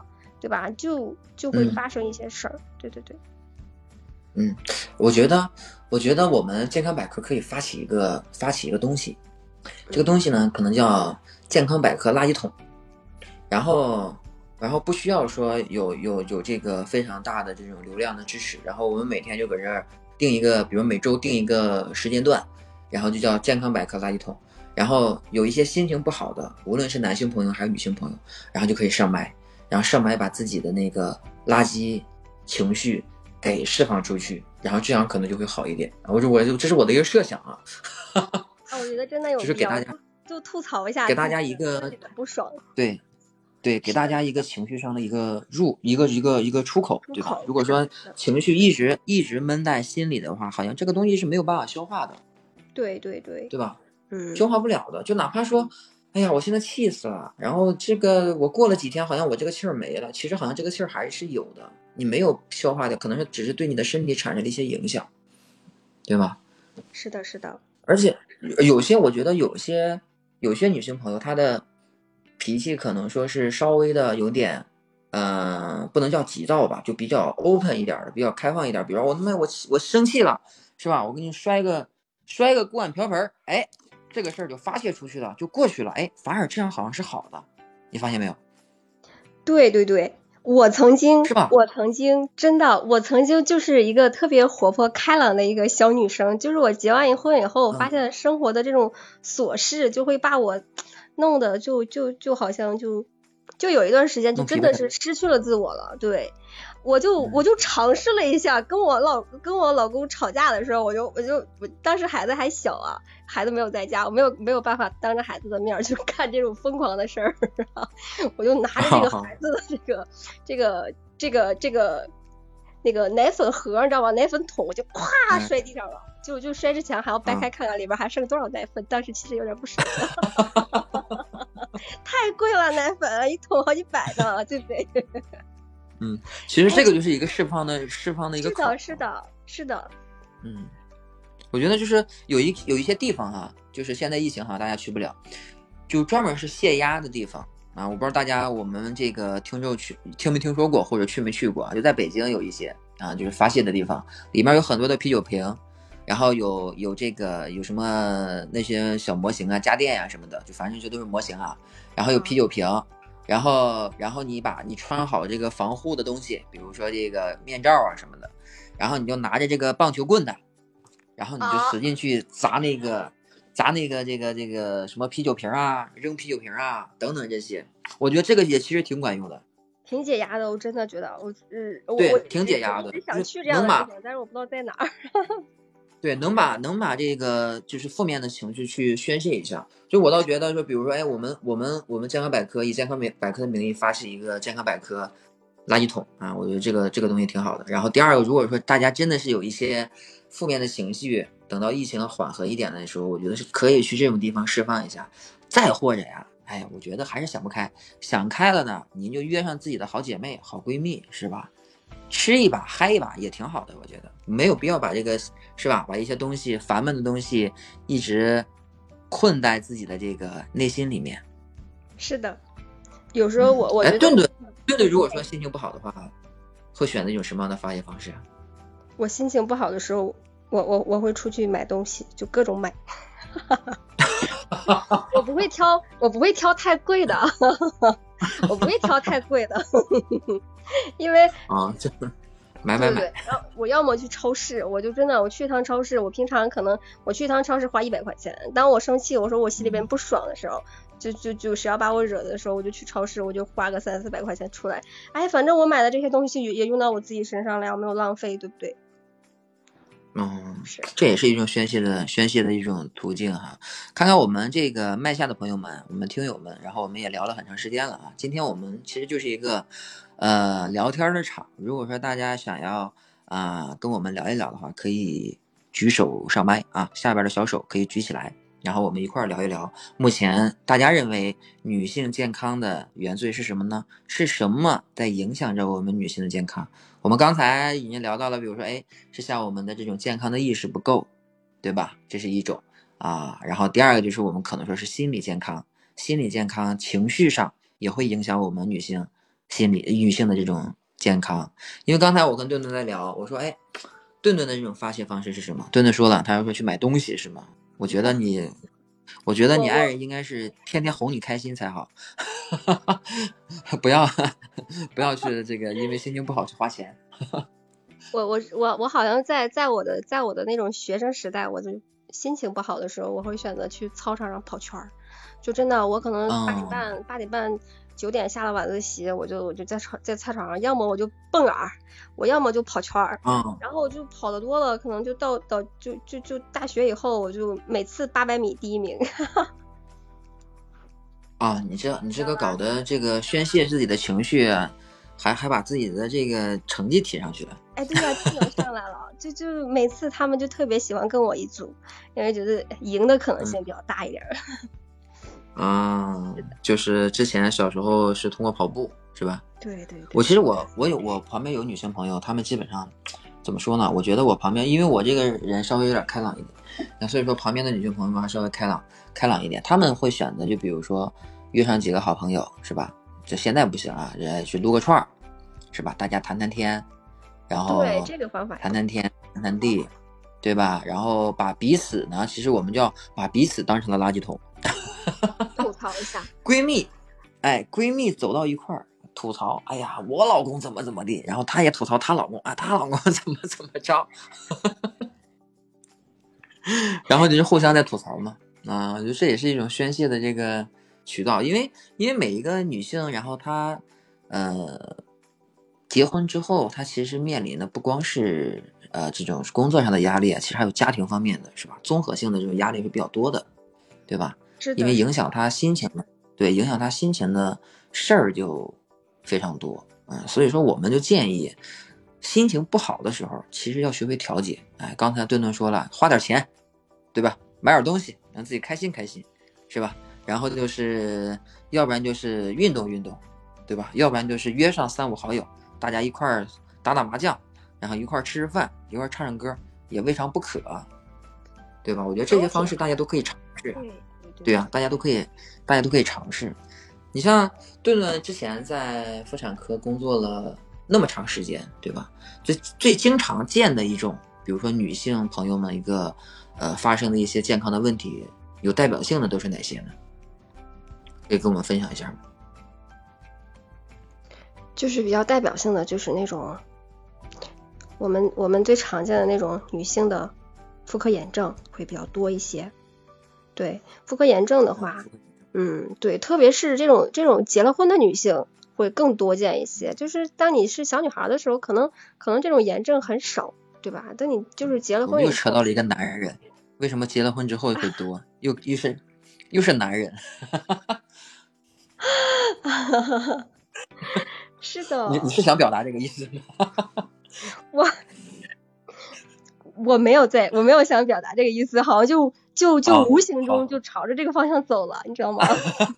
对吧？就会发生一些事儿。对对对。 我觉得我们健康百科可以发起一个东西，这个东西呢可能叫健康百科垃圾桶，然后不需要说有这个非常大的这种流量的支持，然后我们每天就搁这儿定一个，比如每周定一个时间段，然后就叫健康百科垃圾桶，然后有一些心情不好的，无论是男性朋友还是女性朋友，然后就可以上麦，然后上麦把自己的那个垃圾情绪给释放出去，然后这样可能就会好一点。这是我的一个设想啊。 我觉得真的有必要， 就是给大家就吐槽一下， 给大家一个不爽。 对，给大家一个情绪上的一个出口，对吧？如果说情绪一直闷在心里的话，好像这个东西是没有办法消化的。 对吧？消化不了的。就哪怕说，哎呀，我现在气死了，然后这个我过了几天，好像我这个气儿没了，其实好像这个气儿还是有的，你没有消化掉，可能是只是对你的身体产生了一些影响，对吧？ 是的。 而且我觉得有些女性朋友，她的脾气可能说是稍微的有点，不能叫急躁吧，就比较 open 一点的，比较开放一点。比如我生气了，是吧？我给你摔个锅碗瓢盆，哎，这个事儿就发泄出去了，就过去了，哎，反而这样好像是好的，你发现没有？ 对，我曾经是吧？ 我曾经就是一个特别活泼开朗的一个小女生，就是我结完婚以后，我发现生活的这种琐事就会把我弄得就好像就有一段时间就真的是失去了自我了。对，我就尝试了一下，跟我老公吵架的时候，我当时孩子还小啊，孩子没有在家，我没有办法当着孩子的面去干这种疯狂的事儿，我就拿着这个孩子的这个那个奶粉盒，你知道吗？奶粉桶，我就咵摔地上了，就摔之前还要掰开看看里边还剩多少奶粉，当时其实有点不舍得。太贵了，奶粉一桶好几百呢，对不对？ 其实这个就是一个释放的一个口。 是的。 我觉得就是有一些地方哈，就是现在疫情哈，大家去不了，就专门是泄压的地方啊。我不知道大家我们这个听没听说过，或者去没去过，就在北京有一些啊，就是发泄的地方，里面有很多的啤酒瓶，然后有这个有什么那些小模型啊、家电啊什么的，就反正这都是模型啊。然后有啤酒瓶，然后你穿好这个防护的东西，比如说这个面罩啊什么的，然后你就拿着这个棒球棍的，然后你就使劲去砸那个这个什么啤酒瓶啊，扔啤酒瓶啊等等这些，我觉得这个也其实挺管用的， 挺解压的。我真的觉得我挺解压的， 想去这样的地方，但是我不知道在哪儿。 对，能把这个就是负面的情绪去宣泄一下。就我倒觉得说，比如说，哎，我们健康百科以健康百科的名义发起一个健康百科垃圾桶啊，我觉得这个东西挺好的。然后第二个，如果说大家真的是有一些负面的情绪，等到疫情缓和一点的时候，我觉得是可以去这种地方释放一下。再或者呀，哎，我觉得还是想不开，想开了呢，您就约上自己的好姐妹、好闺蜜，是吧？吃一把嗨一把也挺好的，我觉得没有必要把这个是吧，把一些东西烦闷的东西一直困在自己的这个内心里面。 是的，有时候我觉得顿顿如果说心情不好的话，会选择一种什么样的发泄方式啊？ 我心情不好的时候，我会出去买东西，就各种买。我不会挑太贵的。我不会挑太贵的。因为这买。 对，然后我要么去超市，我就真的我去一趟超市，我平常可能我去一趟超市花100块钱，当我生气，我说我心里边不爽的时候，就谁要把我惹的时候，我就去超市，我就花个300-400块钱出来，哎，反正我买的这些东西也用到我自己身上了，我没有浪费，对不对？ 这也是一种宣泄的一种途径哈。看看我们这个麦下的朋友们，我们听友们，然后我们也聊了很长时间了啊。今天我们其实就是一个聊天的场，如果说大家想要跟我们聊一聊的话，可以举手上麦啊，下边的小手可以举起来，然后我们一块聊一聊，目前大家认为女性健康的原罪是什么呢？是什么在影响着我们女性的健康？我们刚才已经聊到了，比如说，哎，是像我们的这种健康的意识不够，对吧？这是一种啊。然后第二个就是我们可能说是心理健康，情绪上也会影响我们女性心理女性的这种健康。因为刚才我跟顿顿在聊，我说哎，顿顿的这种发泄方式是什么？顿顿说了，他说去买东西是吗？我觉得你爱人应该是天天哄你开心才好，不要不要去这个因为心情不好去花钱。 我好像在我的那种学生时代，我就心情不好的时候，我会选择去操场上跑圈儿。就真的，我可能8点半9点下了晚自习，我就在操场上，要么我就蹦跶，我要么就跑圈儿。然后我就跑得多了，可能就到就大学以后，我就每次800米第1名。 啊，你这个搞的这个宣泄自己的情绪啊，还把自己的这个成绩提上去了。 哎，对呀，技能上来了，就每次他们就特别喜欢跟我一组，因为觉得赢的可能性比较大一点。 就是之前小时候是通过跑步是吧？ 对。 我其实我旁边有女性朋友，她们基本上怎么说呢？我觉得我旁边，因为我这个人稍微有点开朗一点，那所以说旁边的女性朋友们还稍微开朗一点，她们会选择就比如说约上几个好朋友是吧？这现在不行啊，去撸个串儿是吧？大家谈谈天，然后对这个方法谈谈天谈谈地，对吧？然后把彼此呢，其实我们就要把彼此当成了垃圾桶。 吐槽一下闺蜜走到一块儿吐槽，哎呀，我老公怎么地，然后她也吐槽她老公啊，她老公怎么着，然后就是互相在吐槽嘛。我觉得这也是一种宣泄的这个渠道，因为每一个女性，然后她结婚之后，她其实面临的不光是这种工作上的压力啊，其实还有家庭方面的是吧？综合性的这种压力是比较多的，对吧？因为影响他心情的，对，影响他心情的事儿就非常多，所以说我们就建议，心情不好的时候，其实要学会调节。刚才顿顿说了，花点钱，对吧？买点东西，让自己开心，是吧？然后就是要不然就是运动，对吧？要不然就是约上3、5好友，大家一块儿打麻将，然后一块儿吃饭，一块儿唱歌，也未尝不可，对吧？我觉得这些方式大家都可以尝试。对啊，大家都可以尝试。你像顿顿之前在妇产科工作了那么长时间，对吧？最经常见的一种，比如说女性朋友们一个发生的一些健康的问题，有代表性的都是哪些呢？可以跟我们分享一下吗？ 就是比较代表性的，就是那种我们最常见的那种女性的妇科炎症会比较多一些。对，妇科炎症的话，对，特别是这种结了婚的女性会更多见一些。就是当你是小女孩的时候，可能这种炎症很少，对吧？等你就是结了婚以后， 又扯到了一个男人，为什么结了婚之后会多？又是男人。 是的。 你是想表达这个意思吗？ 我没有想表达这个意思，好像就无形中就朝着这个方向走了，你知道吗？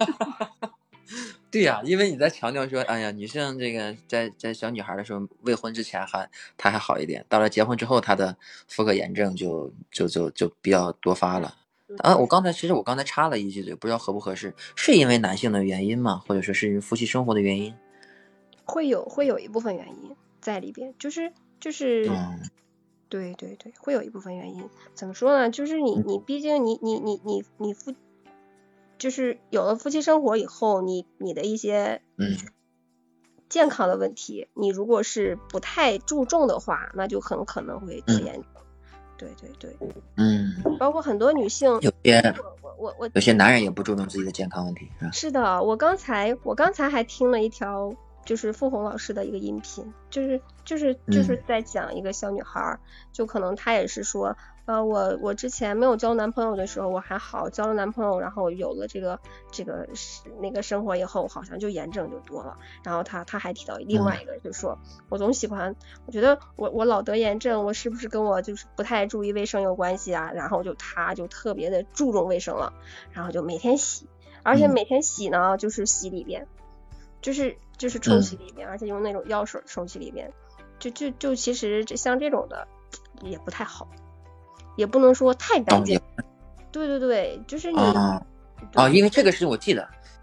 对呀，因为你在强调说，哎呀，女性这个在小女孩的时候，未婚之前她还好一点，到了结婚之后，她的妇科炎症就比较多发了。我刚才插了一句嘴，不知道合不合适，是因为男性的原因吗？或者说是因为夫妻生活的原因？会有一部分原因在里边，就是对，会有一部分原因。怎么说呢？就是你毕竟你就是有了夫妻生活以后，你的一些健康的问题，你如果是不太注重的话，那就很可能会得炎症。对，包括很多女性， 有些男人也不注重自己的健康问题。 是的，我刚才还听了一条就是傅红老师的一个音频，就是在讲一个小女孩，就可能她也是说，我之前没有交男朋友的时候我还好，交了男朋友，然后有了这个那个生活以后，好像就炎症就多了。然后她还提到另外一个，就说我总喜欢，我觉得我老得炎症，我是不是跟我就是不太注意卫生有关系啊？然后她就特别的注重卫生了，然后就每天洗，而且每天洗呢就是洗里边，就是冲洗里面，而且用那种药水冲洗里面，就其实像这种的也不太好，也不能说太干净。对，就是你因为这个是我记得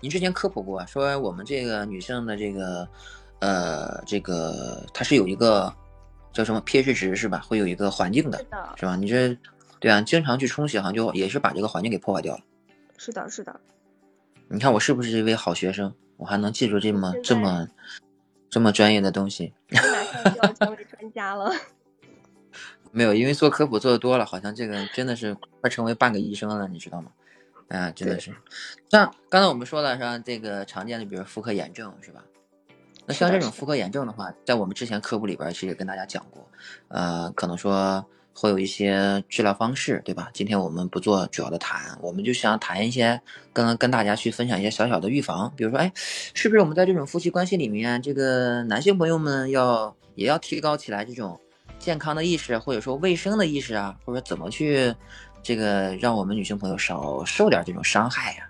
您之前科普过说我们这个女性的这个它是有一个叫什么 pH 值是吧？会有一个环境的，是吧？你这对啊，经常去冲洗好像就也是把这个环境给破坏掉了。 是的，是的。 你看我是不是一位好学生？我还能记住这么专业的东西。 你马上就要成为专家了。 没有，因为做科普做的多了，好像这个真的是快成为半个医生了，你知道吗？真的是。像刚才我们说了，像这个常见的，比如妇科炎症，是吧？那像这种妇科炎症的话，在我们之前科普里边其实也跟大家讲过，可能说会有一些治疗方式，对吧？今天我们不做主要的谈，我们就想谈一些跟大家去分享一些小小的预防，比如说，是不是我们在这种夫妻关系里面，这个男性朋友们也要提高起来这种健康的意识，或者说卫生的意识啊，或者怎么去这个让我们女性朋友少受点这种伤害呀？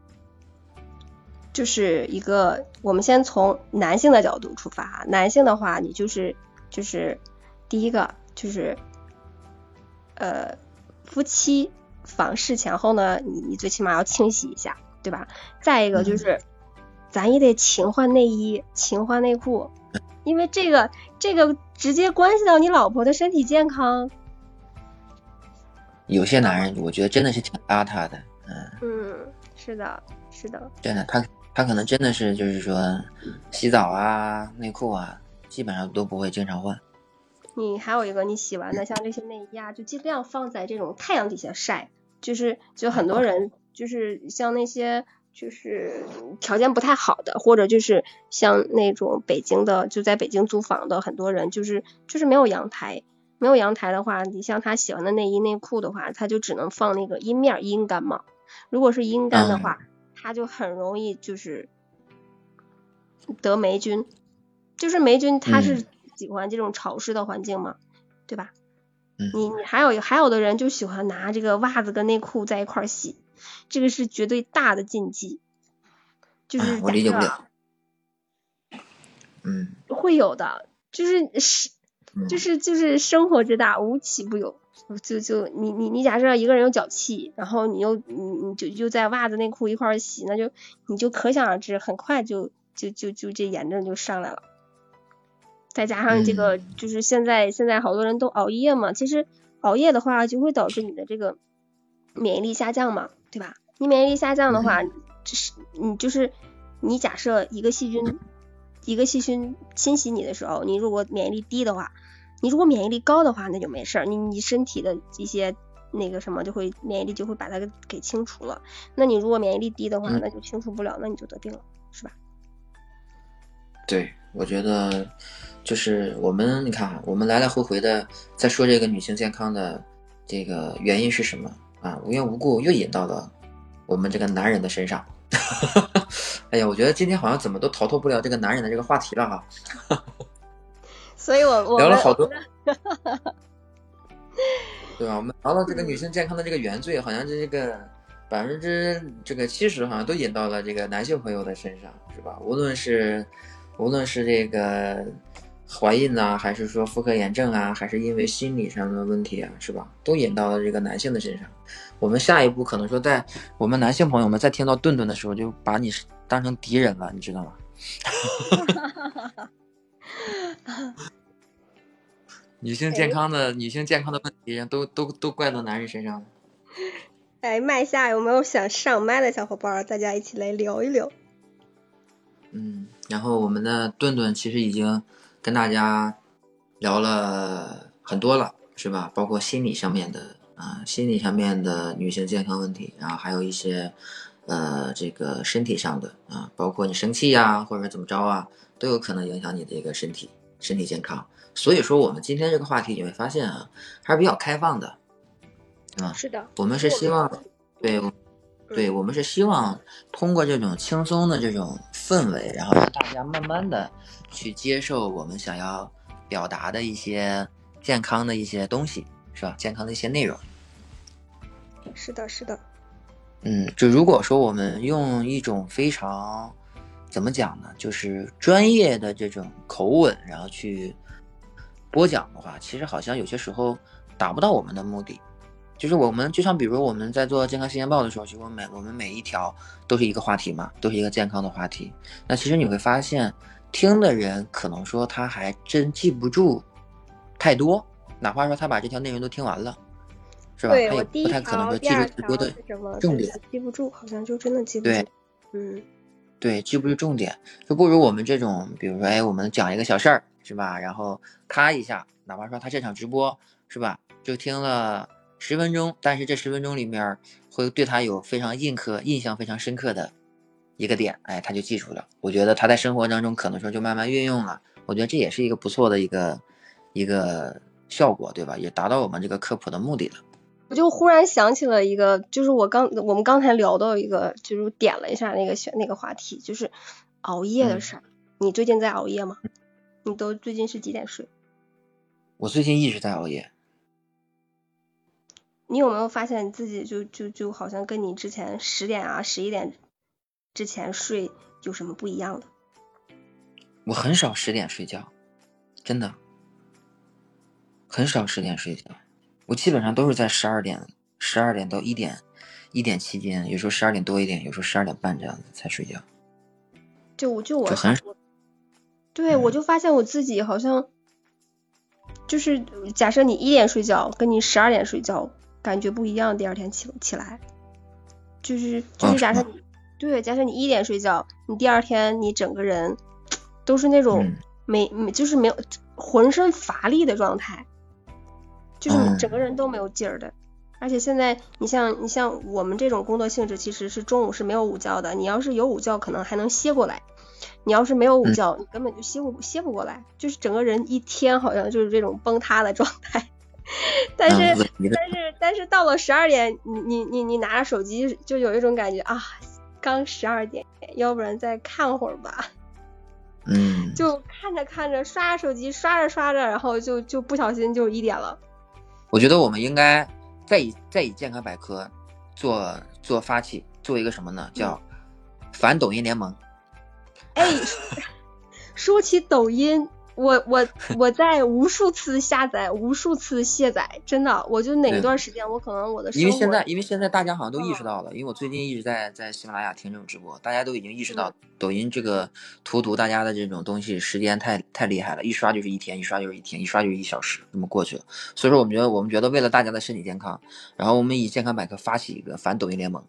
就是一个，我们先从男性的角度出发。男性的话，你就是第一个就是夫妻房事前后呢，你最起码要清洗一下，对吧？再一个就是咱也得勤换内衣，勤换内裤，因为这个直接关系到你老婆的身体健康。 有些男人我觉得真的是挺邋遢的。 是的，是的， 真的，他可能真的是就是说洗澡啊内裤啊基本上都不会经常换。 你还有一个，你洗完的像这些内衣啊，就尽量放在这种太阳底下晒，就很多人就是像那些就是条件不太好的，或者就是像那种北京的，就在北京租房的很多人就是没有阳台。没有阳台的话，你像他喜欢的内衣内裤的话，他就只能放那个阴面阴干嘛。如果是阴干的话，他就很容易就是得霉菌。就是霉菌它是喜欢这种潮湿的环境嘛，对吧？你还有的人就喜欢拿这个袜子跟内裤在一块洗，这个是绝对大的禁忌。就是我理解不了。 会有的，就是生活之大无奇不有。就你假设一个人有脚气，然后你就在袜子内裤一块洗，那就你就可想而知，很快就这炎症就上来了。再加上这个就是现在好多人都熬夜嘛，其实熬夜的话就会导致你的这个免疫力下降嘛，对吧？你免疫力下降的话，你假设一个细菌侵袭你的时候，你如果免疫力低的话，你如果免疫力高的话那就没事，你身体的一些那个什么免疫力就会把它给清除了。那你如果免疫力低的话，那就清除不了，那你就得病了，是吧？ 对，我觉得就是你看我们来来回回的在说这个女性健康的这个原因是什么啊？无缘无故又引到了我们这个男人的身上。哎呀，我觉得今天好像怎么都逃脱不了这个男人的这个话题了哈。 所以我聊了好多，对吧？我们聊了这个女性健康的这个原罪，好像这个70%好像都引到了这个男性朋友的身上，是吧？无论是这个怀孕啊，还是说妇科炎症啊，还是因为心理上的问题啊，是吧？都引到了这个男性的身上。我们下一步可能说，在我们男性朋友们在听到顿顿的时候，就把你当成敌人了，你知道吗？女性健康的问题都怪到男人身上了。 麦下有没有想上麦的小伙伴，大家一起来聊一聊。 然后我们的顿顿其实已经跟大家聊了很多了，是吧？包括心理上面的女性健康问题，然后还有一些这个身体上的包括你生气呀，或者怎么着啊，都有可能影响你的这个身体健康。所以说我们今天这个话题你会发现还是比较开放的， 是的， 我们是希望对，我们是希望通过这种轻松的这种氛围，然后让大家慢慢的去接受我们想要表达的一些健康的一些东西，是吧？健康的一些内容。 是的，是的。 就如果说我们用一种非常怎么讲呢，就是专业的这种口吻，然后去播讲的话，其实好像有些时候达不到我们的目的。 就是我们就像比如我们在做健康新鲜报的时候，其实我们每一条都是一个话题嘛，都是一个健康的话题。那其实你会发现，听的人可能说他还真记不住太多，哪怕说他把这条内容都听完了，是吧？ 对， 他也我第不太可能一条、 说记住第二条太多的是什么， 重点。 记不住，好像就真的记不对住。嗯， 对，记不住重点，就不如我们这种，比如说，哎，我们讲一个小事儿，是吧？然后咔一下，哪怕说他这场直播，是吧？就听了10分钟，但是这10分钟里面会对他有非常印象非常深刻的一个点，哎，他就记住了。我觉得他在生活当中可能说就慢慢运用了，我觉得这也是一个不错的一个效果，对吧？也达到我们这个科普的目的了。 我就忽然想起了一个，就是我们刚才聊到一个，就是点了一下那个话题，就是熬夜的事儿。你最近在熬夜吗？你最近是几点睡？ 我最近一直在熬夜。 你有没有发现你自己就好像跟你之前10点啊11点之前睡有什么不一样的？ 我很少10点睡觉，真的很少10点睡觉。我基本上都是在12点到1点期间，有时候12点多一点，有时候12点半这样子才睡觉。 我很少。 对，我就发现我自己好像就是假设你1点睡觉，跟你12点睡觉感觉不一样，第二天起来，就是假设你对，假设你1点睡觉，你第二天你整个人都是那种就是没有浑身乏力的状态，就是整个人都没有劲儿的。而且现在你像我们这种工作性质，其实是中午是没有午觉的，你要是有午觉可能还能歇过来，你要是没有午觉，你根本就歇不过来，就是整个人一天好像就是这种崩塌的状态。但是到了12点，你拿着手机就有一种感觉啊，刚12点，要不然再看会儿吧。就看着看着刷手机，刷着刷着，然后就不小心就1点了。 我觉得我们应该再以健康百科做发起，做一个什么呢？叫反抖音联盟。 哎，说起抖音，我在无数次下载，无数次卸载，真的，我就哪一段时间我可能我的生活， 因为现在大家好像都意识到了，因为我最近一直在喜马拉雅听这种直播，大家都已经意识到抖音这个荼毒大家的这种东西时间太厉害了，一刷就是一天，一刷就是一天，一刷就是1小时，这么过去了。所以说我们觉得为了大家的身体健康，然后我们以健康百科发起一个反抖音联盟。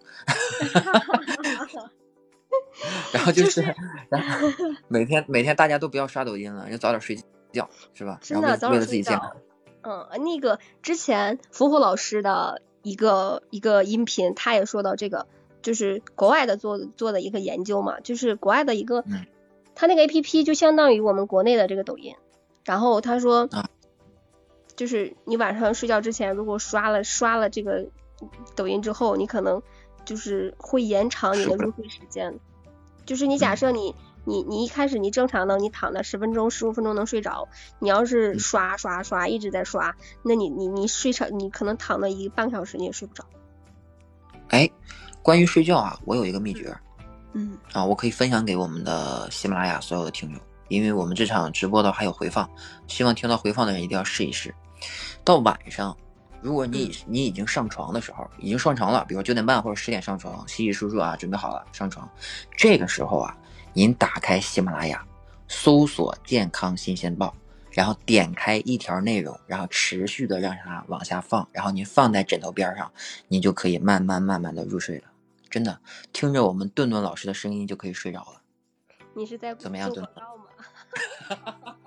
然后然后每天大家都不要刷抖音了，要早点睡觉，是吧？ 真的， 为了自己健康。 那个之前福虎老师的一个音频，他也说到这个，就是国外的做的一个研究嘛，就是国外的一个，他那个 APP 就相当于我们国内的这个抖音，然后他说，就是你晚上睡觉之前，如果刷了这个抖音之后，你可能就是会延长你的入睡时间。就是你假设你一开始你正常的你躺了10分钟15分钟能睡着，你要是刷一直在刷，那你睡长你可能躺了1半个小时你也睡不着。 哎，关于睡觉啊，我有一个秘诀，我可以分享给我们的喜马拉雅所有的听友，因为我们这场直播的还有回放，希望听到回放的人一定要试一试。到晚上，如果你已经上床的时候，已经上床了，比如说9点半或者10点上床，洗洗漱漱啊，准备好了上床，这个时候啊，您打开喜马拉雅，搜索健康新鲜报，然后点开一条内容，然后持续的让它往下放，然后您放在枕头边上，您就可以慢慢的入睡了。真的，听着我们顿顿老师的声音就可以睡着了。 你是在怎么样，顿做广告吗？